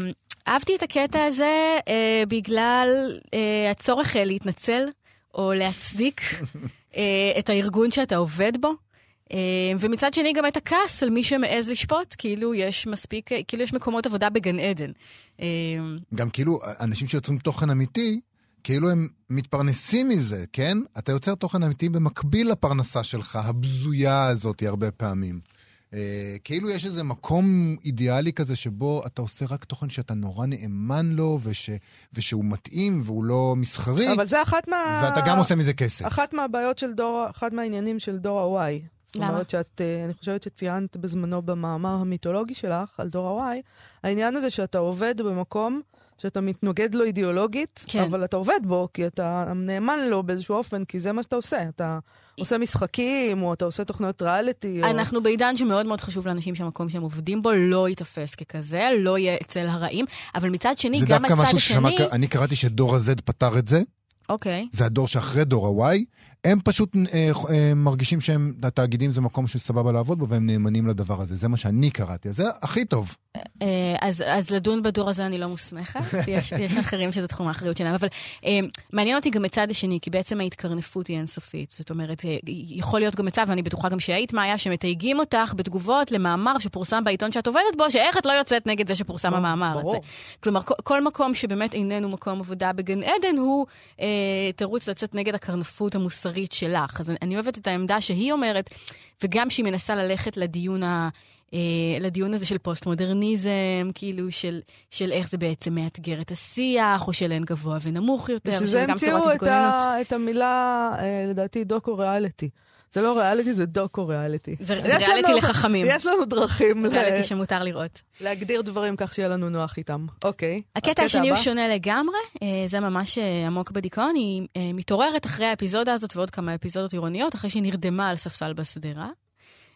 אהבתי את הקטע הזה אה, בגלל אה, הצורך אה, להתנצל או להצדיק אה, את הארגון שאתה עובד בו, אה, ומצד שני גם את הכעס על מי שמעז לשפוט, כאילו יש מספיק, כאילו יש מקומות עבודה בגן עדן. אה, גם כאילו אנשים שיוצרים תוכן אמיתי, כאילו הם מתפרנסים מזה, כן? אתה יוצר תוכן אמיתי במקביל לפרנסה שלך, הבזויה הזאת הרבה פעמים. Uh, כאילו יש איזה מקום אידיאלי כזה שבו אתה עושה רק תוכן שאתה נורא נאמן לו וש, ושהוא מתאים והוא לא מסחרי, אבל זה אחת מה... ואתה גם עושה מזה כסף. אחת מהבעיות של דור, אחת מהעניינים של דור ה-Y. זאת אומרת שאת, אני חושבת שציינת בזמנו במאמר המיתולוגי שלך על דור ה-Y, העניין הזה שאתה עובד במקום שאתה מתנוגד לו אידיאולוגית, כן. אבל אתה עובד בו כי אתה נאמן לו באיזשהו אופן, כי זה מה שאתה עושה. אתה עושה משחקים, או אתה עושה תוכניות ריאליטי. אנחנו או... בעידן שמאוד מאוד חשוב לאנשים שהמקום שהם עובדים בו לא יתפס ככזה, לא יהיה אצל הרעים, אבל מצד שני, גם הצד השני... ששמע, אני קראתי שדור ה-Z פתר את זה. אוקיי. זה הדור שאחרי דור ה-Y, הם פשוט אה, אה, מרגישים שהם, התאגידים זה מקום שסבבה לעבוד בו, והם נאמנים לדבר הזה. זה מה שאני קראתי, זה הכי טוב. אה, אז, אז לדון בדור הזה אני לא מוסמכת, יש, יש אחרים שזה תחום האחריות שלהם, אבל אה, מעניין אותי גם מצד השני, כי בעצם ההתקרנפות היא אינסופית. זאת אומרת, אה, יכול להיות גם מצב, ואני בטוחה גם שהיית מאיה, שמתייגים אותך בתגובות למאמר שפורסם בעיתון שאת עובדת בו, שאיך את לא יוצאת נגד זה שפורסם המאמר הזה. כלומר, כל, כל מקום שבאמת איננו מקום עבודה בגן עדן, הוא אה, תירוץ לצאת נגד הקרנפות המוסרית שלך. אז אני אוהבת את העמדה שהיא אומרת, וגם שהיא מנסה ללכת לדיון, ה, אה, לדיון הזה של פוסט-מודרניזם, כאילו של, של איך זה בעצם מאתגר את השיח, או של אין גבוה ונמוך יותר. שזה המציאו את, ה, את המילה, אה, לדעתי, דוקו-ריאליטי. זה לא ריאליטי, זה דוקו-ריאליטי. זה, זה ריאליטי לנו, לחכמים. יש לנו דרכים. ריאליטי ל... שמותר לראות. להגדיר דברים כך שיהיה לנו נוח איתם. אוקיי. הקטע, הקטע השני הבא. הוא שונה לגמרי. זה ממש עמוק בדיכאון. היא מתעוררת אחרי האפיזודה הזאת ועוד כמה אפיזודות עירוניות, אחרי שהיא נרדמה על ספסל בסדרה.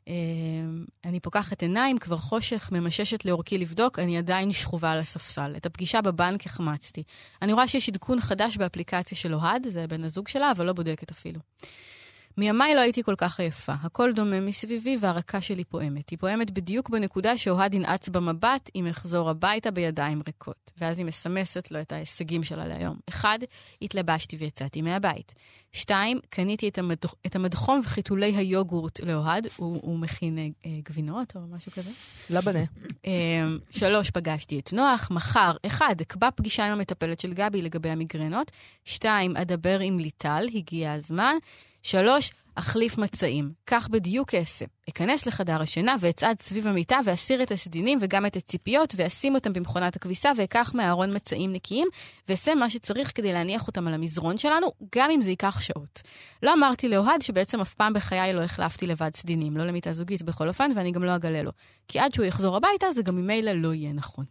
אני פוקחת עיניים, כבר חושך, ממששת לאורכי לבדוק, אני עדיין שכובה על הספסל. את הפגישה בבנק החמצתי. אני רואה שיש עדכון חדש באפליקציה של אוהד, זה בן הזוג שלה, אבל לא בודקת אפילו. מימיי לא הייתי כל כך עייפה. הכל דומה מסביבי והרקה שלי פועמת. היא פועמת בדיוק בנקודה שאוהד ינעץ במבט אם אחזור הביתה בידיים ריקות. ואז היא מסמסת לו את ההישגים שלה להיום. אחד, התלבשתי ויצאתי מהבית. שתיים, קניתי את, המד... את המדחום וחיתולי היוגורט לאוהד. הוא, הוא מכין אה, גבינות או משהו כזה. לא בנה. אה, שלוש, פגשתי את נוח. מחר, אחד, אקבע פגישה עם המטפלת של גבי לגבי המגרנות. שתיים, אדבר עם ליטל, הגיע הזמן. שלוש, אחליף מצעים. כך בדיוק אעשה. אכנס לחדר השינה ואצעד סביב המיטה ואסיר את הסדינים וגם את הציפיות ואשים אותם במכונת הכביסה ואקח מהארון מצעים נקיים ואעשה מה שצריך כדי להניח אותם על המזרון שלנו, גם אם זה ייקח שעות. לא אמרתי לאוהד שבעצם אף פעם בחיי לא החלפתי לבד סדינים, לא למיטה זוגית בכל אופן, ואני גם לא אגלה לו. כי עד שהוא יחזור הביתה זה גם ממילא לא יהיה נכון.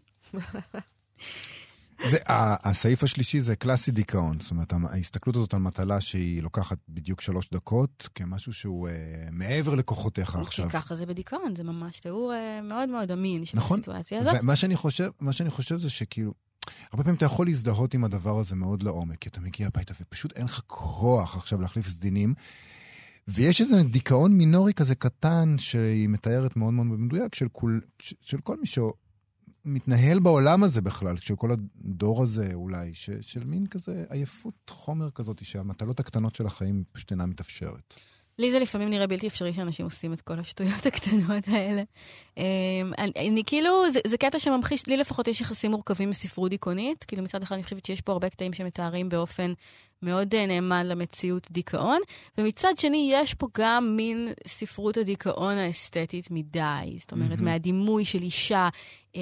זה, הסעיף השלישי זה קלאסי דיכאון, זאת אומרת, ההסתכלות הזאת על מטלה שהיא לוקחת בדיוק שלוש דקות, כמשהו שהוא אה, מעבר לכוחותיך עכשיו. כי ככה זה בדיכאון, זה ממש תיאור אה, מאוד מאוד אמין של נכון? הסיטואציה הזאת. ומה שאני חושב, מה שאני חושב זה שכאילו, הרבה פעמים אתה יכול להזדהות עם הדבר הזה מאוד לעומק, כי אתה מגיע הביתה ופשוט אין לך כוח עכשיו להחליף סדינים, ויש איזה דיכאון מינורי כזה קטן, שהיא מתארת מאוד מאוד במדויק, של כל, של כל מי שהוא, מתנהל בעולם הזה בכלל, של כל הדור הזה אולי, ש, של מין כזה עייפות חומר כזאת, שהמטלות הקטנות של החיים פשוט אינה מתאפשרת. לי זה לפעמים נראה בלתי אפשרי שאנשים עושים את כל השטויות הקטנות האלה. אני, אני כאילו, זה, זה קטע שממחיש, לי לפחות יש יחסים מורכבים מספרות דיכאונית, כאילו מצד אחד אני חושבת שיש פה הרבה קטעים שמתארים באופן מאוד נאמן למציאות דיכאון, ומצד שני יש פה גם מין ספרות הדיכאון האסתטית מדי, זאת אומרת, mm-hmm. מהדימוי של אישה אה,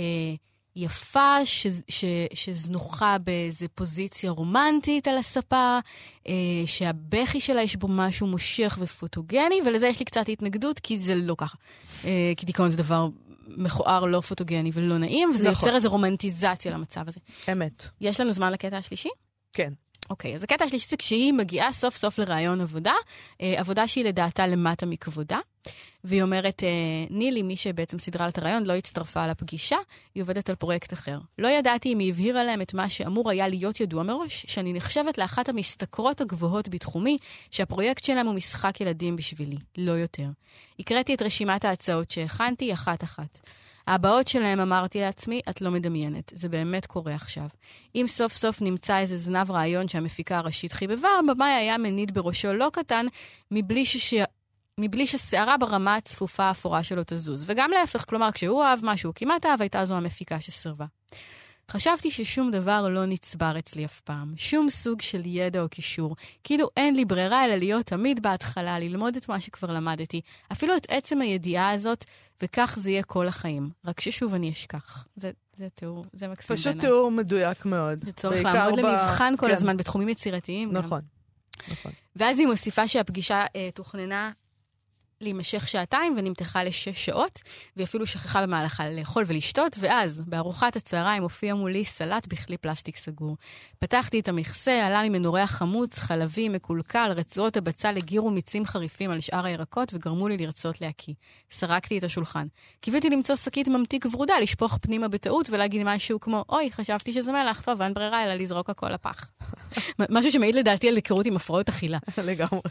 יפה, ש, ש, שזנוחה באיזו פוזיציה רומנטית על הספה, אה, שהבכי שלה יש בו משהו מושך ופוטוגני, ולזה יש לי קצת התנגדות, כי זה לא ככה. אה, כי דיכאון זה דבר מכוער, לא פוטוגני ולא נעים, וזה נכון. יוצר איזו רומנטיזציה למצב הזה. אמת. יש לנו זמן לקטע השלישי? כן. אוקיי, אז הקטע השלישי זה כשהיא מגיעה סוף סוף לרעיון עבודה, עבודה שהיא לדעתה למטה מכבודה, והיא אומרת, נילי, מי שבעצם סדרה את הרעיון, לא הצטרפה על הפגישה, היא עובדת על פרויקט אחר. לא ידעתי אם היא הבהירה להם את מה שאמור היה להיות ידוע מראש, שאני נחשבת לאחת המשתכרות הגבוהות בתחומי, שהפרויקט שלהם הוא משחק ילדים בשבילי, לא יותר. הקראתי את רשימת ההצעות שהכנתי אחת-אחת. הבאות שלהם אמרתי לעצמי, את לא מדמיינת. זה באמת קורה עכשיו. אם סוף סוף נמצא איזה זנב רעיון שהמפיקה הראשית חיבבה, הבמאי היה מניד בראשו לא קטן, מבלי, שש... מבלי ששערה ברמה הצפופה האפורה שלו תזוז. וגם להפך, כלומר, כשהוא אהב משהו, כמעט אהב הייתה זו המפיקה שסרבה. חשבתי ששום דבר לא נצבר אצלי אף פעם. שום סוג של ידע או קישור. כאילו אין לי ברירה אלא להיות תמיד בהתחלה, ללמוד את מה שכבר למדתי. אפילו את עצם הידיעה הזאת, וכך זה יהיה כל החיים. רק ששוב אני אשכח. זה, זה תיאור, זה מקסים בעיניי. פשוט תיאור מדויק מאוד. זה צורך לעמוד ב... למבחן כל כן. הזמן בתחומים יצירתיים. נכון. גם. נכון. ואז היא מוסיפה שהפגישה אה, תוכננה להימשך שעתיים ונמתחה לשש שעות, והיא אפילו שכחה במהלכה לאכול ולשתות, ואז בארוחת הצהריים הופיע מולי סלט בכלי פלסטיק סגור. פתחתי את המכסה, עלה ממנו ריח חמוץ, חלבי, מקולקל, רצועות הבצל הגירו מיצים חריפים על שאר הירקות וגרמו לי לרצות להקיא. סרקתי את השולחן. קיוויתי למצוא שקית ממתיק ורודה, לשפוך פנימה בטעות ולהגיד משהו כמו, אוי, חשבתי שזה מלח, טוב, אין ברירה אלא לזרוק הכל לפח. משהו שמעיד לדעתי על היכרות עם הפרעות אכילה. לגמרי.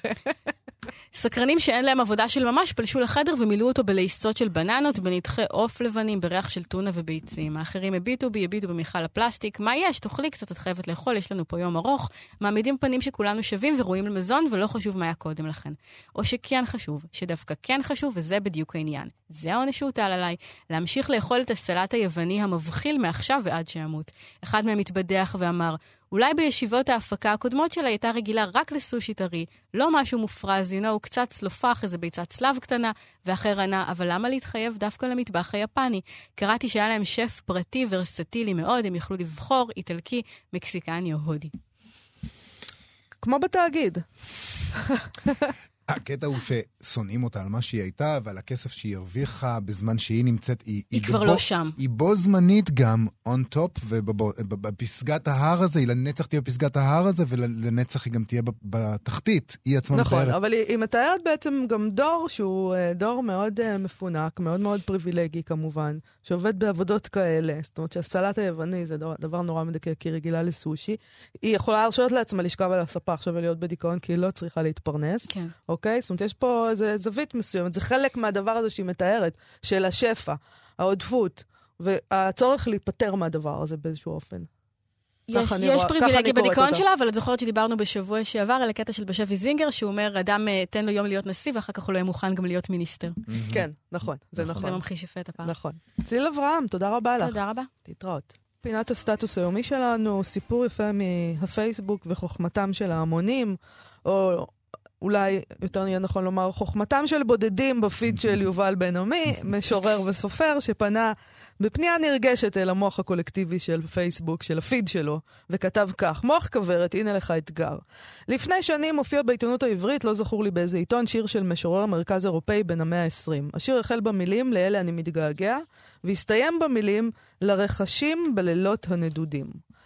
סקרנים שאין להם עבודה של ממש פלשו לחדר ומילאו אותו בלעיסות של בננות, בנתחי עוף לבנים, בריח של טונה וביצים. האחרים הביטו בי, הביטו במיכל הפלסטיק. מה יש? תאכלי קצת, את חייבת לאכול, יש לנו פה יום ארוך. מעמידים פנים שכולנו שווים ורואים למזון, ולא חשוב מה היה קודם לכן. או שכן חשוב, שדווקא כן חשוב, וזה בדיוק העניין. זה העונש שהוטל עליי, להמשיך לאכול את הסלט היווני המבחיל מעכשיו ועד שימות. אחד מהם התבדח ואמר, אולי בישיבות ההפקה הקודמות שלה הייתה רגילה רק לסושי טרי, לא משהו מופרז, you know, קצת צלופח, איזה ביצת צלב קטנה, ואחר ענה, אבל למה להתחייב דווקא למטבח היפני? קראתי שהיה להם שף פרטי ורסטילי מאוד, הם יכלו לבחור איטלקי, מקסיקני או הודי. כמו בתאגיד. הקטע הוא ששונאים אותה על מה שהיא הייתה, ועל הכסף שהיא הרוויחה בזמן שהיא נמצאת, היא, היא היא כבר בו, לא שם. היא בו זמנית גם on top, ובפסגת ההר הזה, היא לנצח תהיה בפסגת ההר הזה, ולנצח היא גם תהיה בתחתית. היא עצמה נכון, מתארת. אבל היא, היא מתארת בעצם גם דור שהוא דור מאוד מפונק, מאוד מאוד פריבילגי כמובן, שעובד בעבודות כאלה, זאת אומרת שהסלט היווני זה דבר, דבר נורא מדכא, כי היא רגילה לסושי. היא יכולה להרשות לעצמה לשכב על הספה עכשיו ולהיות בדיכאון, כי היא לא צריכה להתפרנס. כן. אוקיי? זאת אומרת, יש פה איזה זווית מסוימת. זה חלק מהדבר הזה שהיא מתארת, של השפע, העודפות, והצורך להיפטר מהדבר הזה באיזשהו אופן. יש, יש פריבילגיה בדיכאון שלה, אבל את זוכרת שדיברנו בשבוע שעבר על הקטע של בשבי זינגר, שהוא אומר, אדם תן לו יום להיות נשיא, ואחר כך הוא לא יהיה מוכן גם להיות מיניסטר. כן, נכון, זה נכון. זה ממחיש יפה את הפעם. נכון. ציל אברהם, תודה רבה לך. תודה רבה. תתראות. פינת הסטטוס היומי שלנו, סיפור יפה מהפייסבוק וחוכמתם של ההמונים, או אולי יותר נהיה נכון לומר, חוכמתם של בודדים בפיד של יובל בן עמי, משורר וסופר שפנה בפנייה נרגשת אל המוח הקולקטיבי של פייסבוק, של הפיד שלו, וכתב כך, מוח כברת, הנה לך אתגר. לפני שנים הופיע בעיתונות העברית, לא זכור לי באיזה עיתון, שיר של משורר מרכז אירופאי בן המאה ה-עשרים. השיר החל במילים, לאלה אני מתגעגע, והסתיים במילים, לרחשים בלילות הנדודים.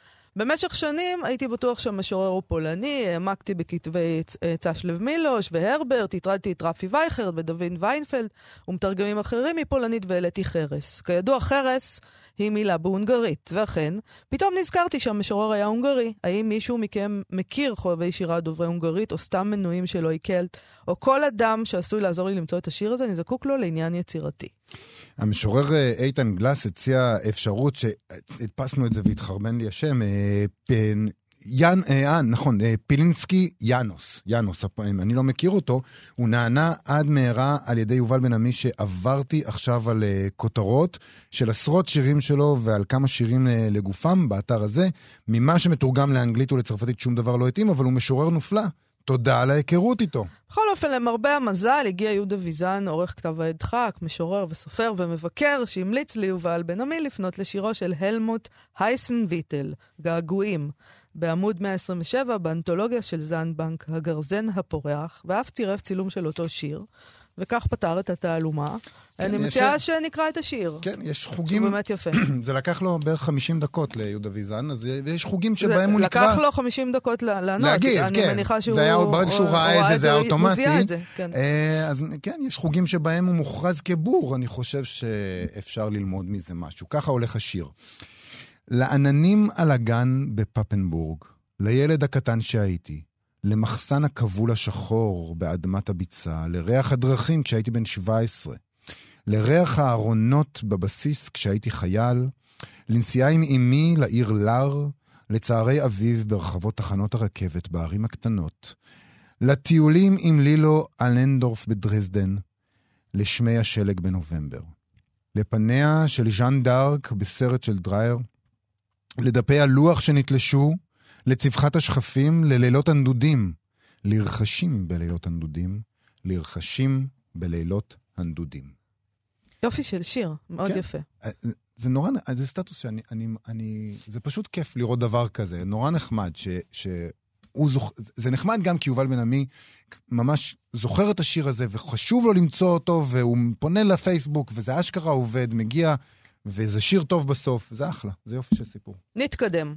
במשך שנים הייתי בטוח שהמשורר הוא פולני, העמקתי בכתבי צ'שלב מילוש והרברט, התרדתי את רפי וייכרד ודוד ויינפלד ומתרגמים אחרים מפולנית והעליתי חרס. כידוע חרס היא מילה בהונגרית, ואכן, פתאום נזכרתי שהמשורר היה הונגרי. האם מישהו מכם מכיר חובבי שירה דוברי הונגרית או סתם מנויים שלו איקלט, או כל אדם שעשוי לעזור לי למצוא את השיר הזה, אני זקוק לו לעניין יצירתי. המשורר איתן גלס הציע אפשרות שהדפסנו את זה והתחרבן לי השם, פן... יאן, אה, נכון, פילינסקי יאנוס, יאנוס, אני לא מכיר אותו, הוא נענה עד מהרה על ידי יובל בן עמי שעברתי עכשיו על כותרות של עשרות שירים שלו ועל כמה שירים לגופם באתר הזה, ממה שמתורגם לאנגלית ולצרפתית שום דבר לא התאים, אבל הוא משורר נופלא. תודה על ההיכרות איתו. בכל אופן, למרבה המזל, הגיע יהודה ויזן, עורך כתב העת דחק, משורר וסופר ומבקר, שהמליץ לי יובל בן עמי לפנות לשירו של הלמוט הייסן ויטל, געגועים, בעמוד מאה עשרים ושבע, באנתולוגיה של זנבנק, הגרזן הפורח, ואף צירף צילום של אותו שיר, וכך פתר את התעלומה. כן, אני מציעה ש... שנקרא את השיר. כן, יש חוגים... שהוא באמת יפה. זה לקח לו בערך חמישים דקות ליהודה ויזן, אז יש חוגים שבהם הוא נקרא... לקח לו חמישים דקות לענות. להגיב, אני כן. מניחה שהוא... זה היה עוד ברגע שהוא ראה את זה, זה היה אוטומטי. כן. אז כן, יש חוגים שבהם הוא מוכרז כבור, אני חושב שאפשר ללמוד מזה משהו. ככה הולך השיר. לעננים על הגן בפפנבורג, לילד הקטן שהייתי, למחסן הכבול השחור באדמת הביצה, לריח הדרכים כשהייתי בן שבע עשרה, לריח הארונות בבסיס כשהייתי חייל, לנסיעה עם אמי לעיר לר, לצערי אביב ברחבות תחנות הרכבת בערים הקטנות, לטיולים עם לילו אלנדורף בדרזדן, לשמי השלג בנובמבר, לפניה של ז'אן דארק בסרט של דרייר, לדפי הלוח שנתלשו, לצווחת השכפים, ללילות הנדודים, לרחשים בלילות הנדודים, לרחשים בלילות הנדודים. יופי של שיר, מאוד כן. יפה. זה נורא, זה סטטוס שאני, אני, אני, זה פשוט כיף לראות דבר כזה, נורא נחמד, ש, שהוא זוכ... זה נחמד גם כי יובל בן עמי ממש זוכר את השיר הזה, וחשוב לו למצוא אותו, והוא פונה לפייסבוק, וזה אשכרה עובד, מגיע, וזה שיר טוב בסוף, זה אחלה, זה יופי של סיפור. נתקדם.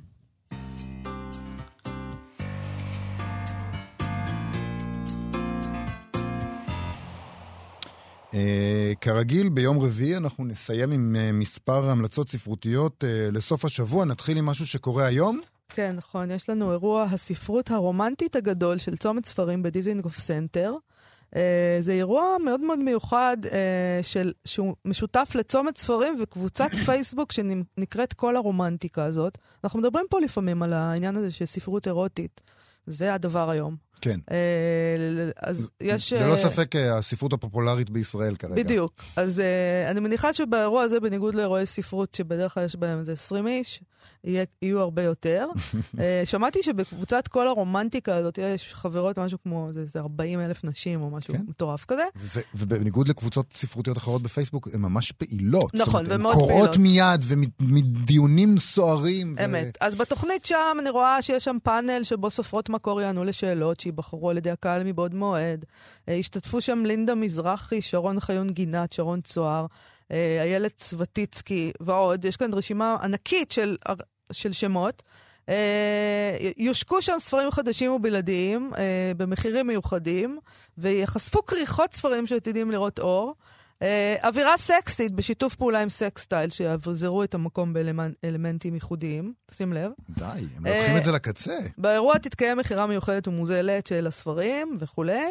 Uh, כרגיל, ביום רביעי אנחנו נסיים עם uh, מספר המלצות ספרותיות uh, לסוף השבוע. נתחיל עם משהו שקורה היום. כן, נכון. יש לנו אירוע הספרות הרומנטית הגדול של צומת ספרים בדיזינגוף סנטר. Uh, זה אירוע מאוד מאוד מיוחד uh, של, שהוא משותף לצומת ספרים וקבוצת פייסבוק שנקראת כל הרומנטיקה הזאת. אנחנו מדברים פה לפעמים על העניין הזה של ספרות אירוטית. זה הדבר היום. כן. אז יש... ללא ספק הספרות הפופולרית בישראל כרגע. בדיוק. אז אני מניחה שבאירוע הזה, בניגוד לאירועי ספרות שבדרך כלל יש בהם איזה עשרים איש, יהיו הרבה יותר. שמעתי שבקבוצת כל הרומנטיקה הזאת יש חברות משהו כמו זה ארבעים אלף נשים או משהו מטורף כזה. ובניגוד לקבוצות ספרותיות אחרות בפייסבוק, הן ממש פעילות. נכון, ומאוד פעילות. הן קוראות מיד ומדיונים סוערים. אמת. אז בתוכנית שם אני רואה שיש שם פאנל שבו סופרות מקור יענו לשאלות שיבחרו על ידי הקהל מבעוד מועד. השתתפו שם לינדה מזרחי, שרון חיון גינת, שרון צוהר, איילת צוותיצקי ועוד. יש כאן רשימה ענקית של, של שמות. יושקו שם ספרים חדשים ובלעדיים במחירים מיוחדים, ויחשפו כריכות ספרים שעתידים לראות אור. אווירה סקסית בשיתוף פעולה עם סקסטייל, שיעזרו את המקום באלמנטים ייחודיים. שים לב. די, הם לוקחים את זה לקצה. באירוע תתקיים מחירה מיוחדת ומוזלת של הספרים וכולי.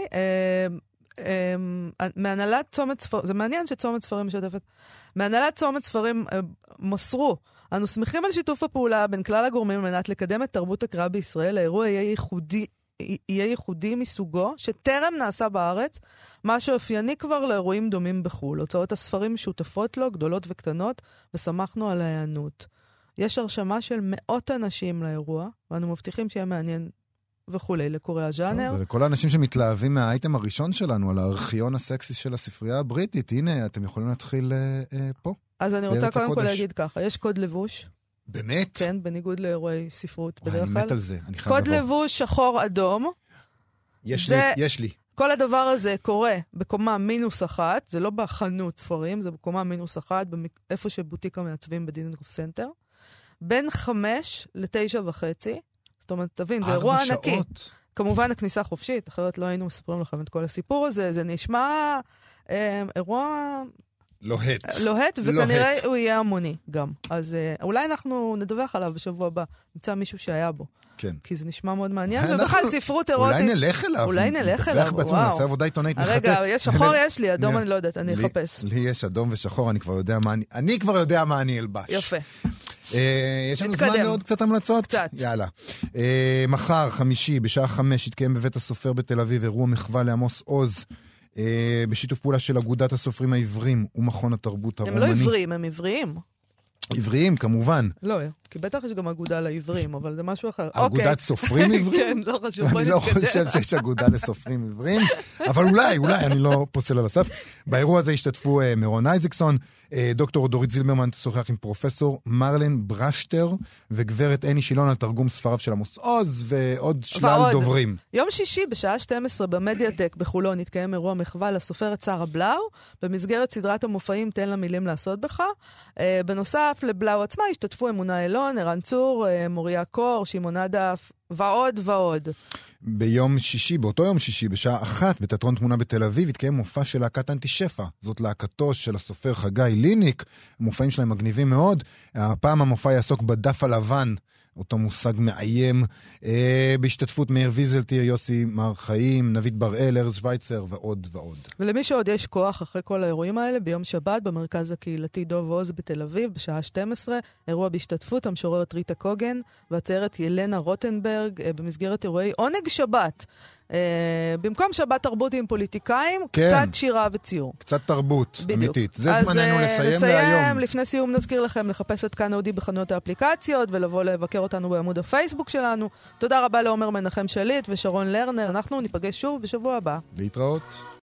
מהנהלת צומת ספרים, זה מעניין שצומת ספרים משתפת, מהנהלת צומת ספרים מסרו, אנו שמחים על שיתוף הפעולה בין כלל הגורמים על מנת לקדם את תרבות הקריאה בישראל. האירוע יהיה ייחודי, יהיה ייחודי מסוגו, שטרם נעשה בארץ, מה שאופייני כבר לאירועים דומים בחול. הוצאות הספרים שותפות לו, גדולות וקטנות, ושמחנו על ההיענות. יש הרשמה של מאות אנשים לאירוע, ואנו מבטיחים שיהיה מעניין וכולי, לקוראי הז'אנר. זה לכל האנשים שמתלהבים מהאייטם הראשון שלנו, על הארכיון הסקסי של הספרייה הבריטית. הנה, אתם יכולים להתחיל אה, פה. אז אני רוצה קודם כל להגיד ככה, יש קוד לבוש. באמת? כן, בניגוד לאירועי ספרות בדרך כלל. אני מת על זה, אני חייב קוד לבוש שחור אדום. יש לי, יש לי. כל הדבר הזה קורה בקומה מינוס אחת, זה לא בחנות ספרים, זה בקומה מינוס אחת, איפה שבוטיק המעצבים בדינגוף סנטר. בין חמש לתשע וחצי, זאת אומרת, תבין, זה אירוע ענקי. כמובן, הכניסה חופשית, אחרת לא היינו מספרים לכם את כל הסיפור הזה, זה נשמע אה, אירוע לוהט. לוהט, וכנראה לוהט. הוא יהיה המוני גם. אז אה, אולי אנחנו נדווח עליו בשבוע הבא, נמצא מישהו שהיה בו. כן. כי זה נשמע מאוד מעניין, ובכלל ספרות אירוטית. אולי נלך אליו. אולי נלך אליו, וואו. נעשה עבודה עיתונאית מחטאת. רגע, יש שחור יש לי, אדום אני לא יודעת, אני אחפש. לי יש אדום ושחור, אני כבר יודע מה אני, אני כבר יודע מה אני אלבש. יפה. יש לנו זמן לעוד קצת המלצות? קצת. יאללה. מחר, חמישי, בשעה חמש, יתקיים בבית הסופר בתל אביב, אירוע מחווה לעמוס עוז, בשיתוף פעולה של אגודת הסופרים העברים ומכון התרבות הרומני. הם לא עברים, הם עבריים. עבריים, כמובן. לא, כי בטח יש גם אגודה לעברים, אבל זה משהו אחר. אגודת סופרים עברים? כן, לא חשוב. אני לא חושב שיש אגודה לסופרים עברים, אבל אולי, אולי, אני לא פוסל על הסף. באירוע הזה השתתפו מירון אייזקסון, דוקטור דורית זילברמן תשוחח עם פרופסור מרלן ברשטר, וגברת אני שילון על תרגום ספריו של עמוס עוז, ועוד שלל דוברים. יום שישי בשעה שתים עשרה במדיאטק בחולון התקיים אירוע מחווה לסופרת שרה בלאו, במסגרת סדרת המופעים תן לה מילים לעשות בך. בנוסף לבלאו עצמה השתתפו אמונה אלון, ערן צור, מוריה קור, שמעון עדף, ועוד ועוד. ביום שישי, באותו יום שישי, בשעה אחת, בתיאטרון תמונה בתל אביב, התקיים מופע של להקת אנטישפע. זאת להקתו של הסופר חגי ליניק. המופעים שלהם מגניבים מאוד. הפעם המופע יעסוק בדף הלבן, אותו מושג מאיים, אה, בהשתתפות מאיר ויזלטיר, יוסי מר חיים, נבית בראל, ארז שוויצר ועוד ועוד. ולמי שעוד יש כוח אחרי כל האירועים האלה, ביום שבת במרכז הקהילתי דוב עוז בתל אביב, בשעה שתים עשרה, אירוע בהשתתפות המשוררת ריטה קוגן והציירת ילנה רוטנברג, אה, במסגרת אירועי עונג שבת. Uh, במקום שבת תרבות עם פוליטיקאים, כן. קצת שירה וציור. קצת תרבות, בדיוק. אמיתית. זה אז, זמננו uh, לסיים, לסיים להיום. לפני סיום נזכיר לכם לחפש את כאן אודי בחנויות האפליקציות, ולבוא לבקר אותנו בעמוד הפייסבוק שלנו. תודה רבה לעומר מנחם שליט ושרון לרנר. אנחנו ניפגש שוב בשבוע הבא. להתראות.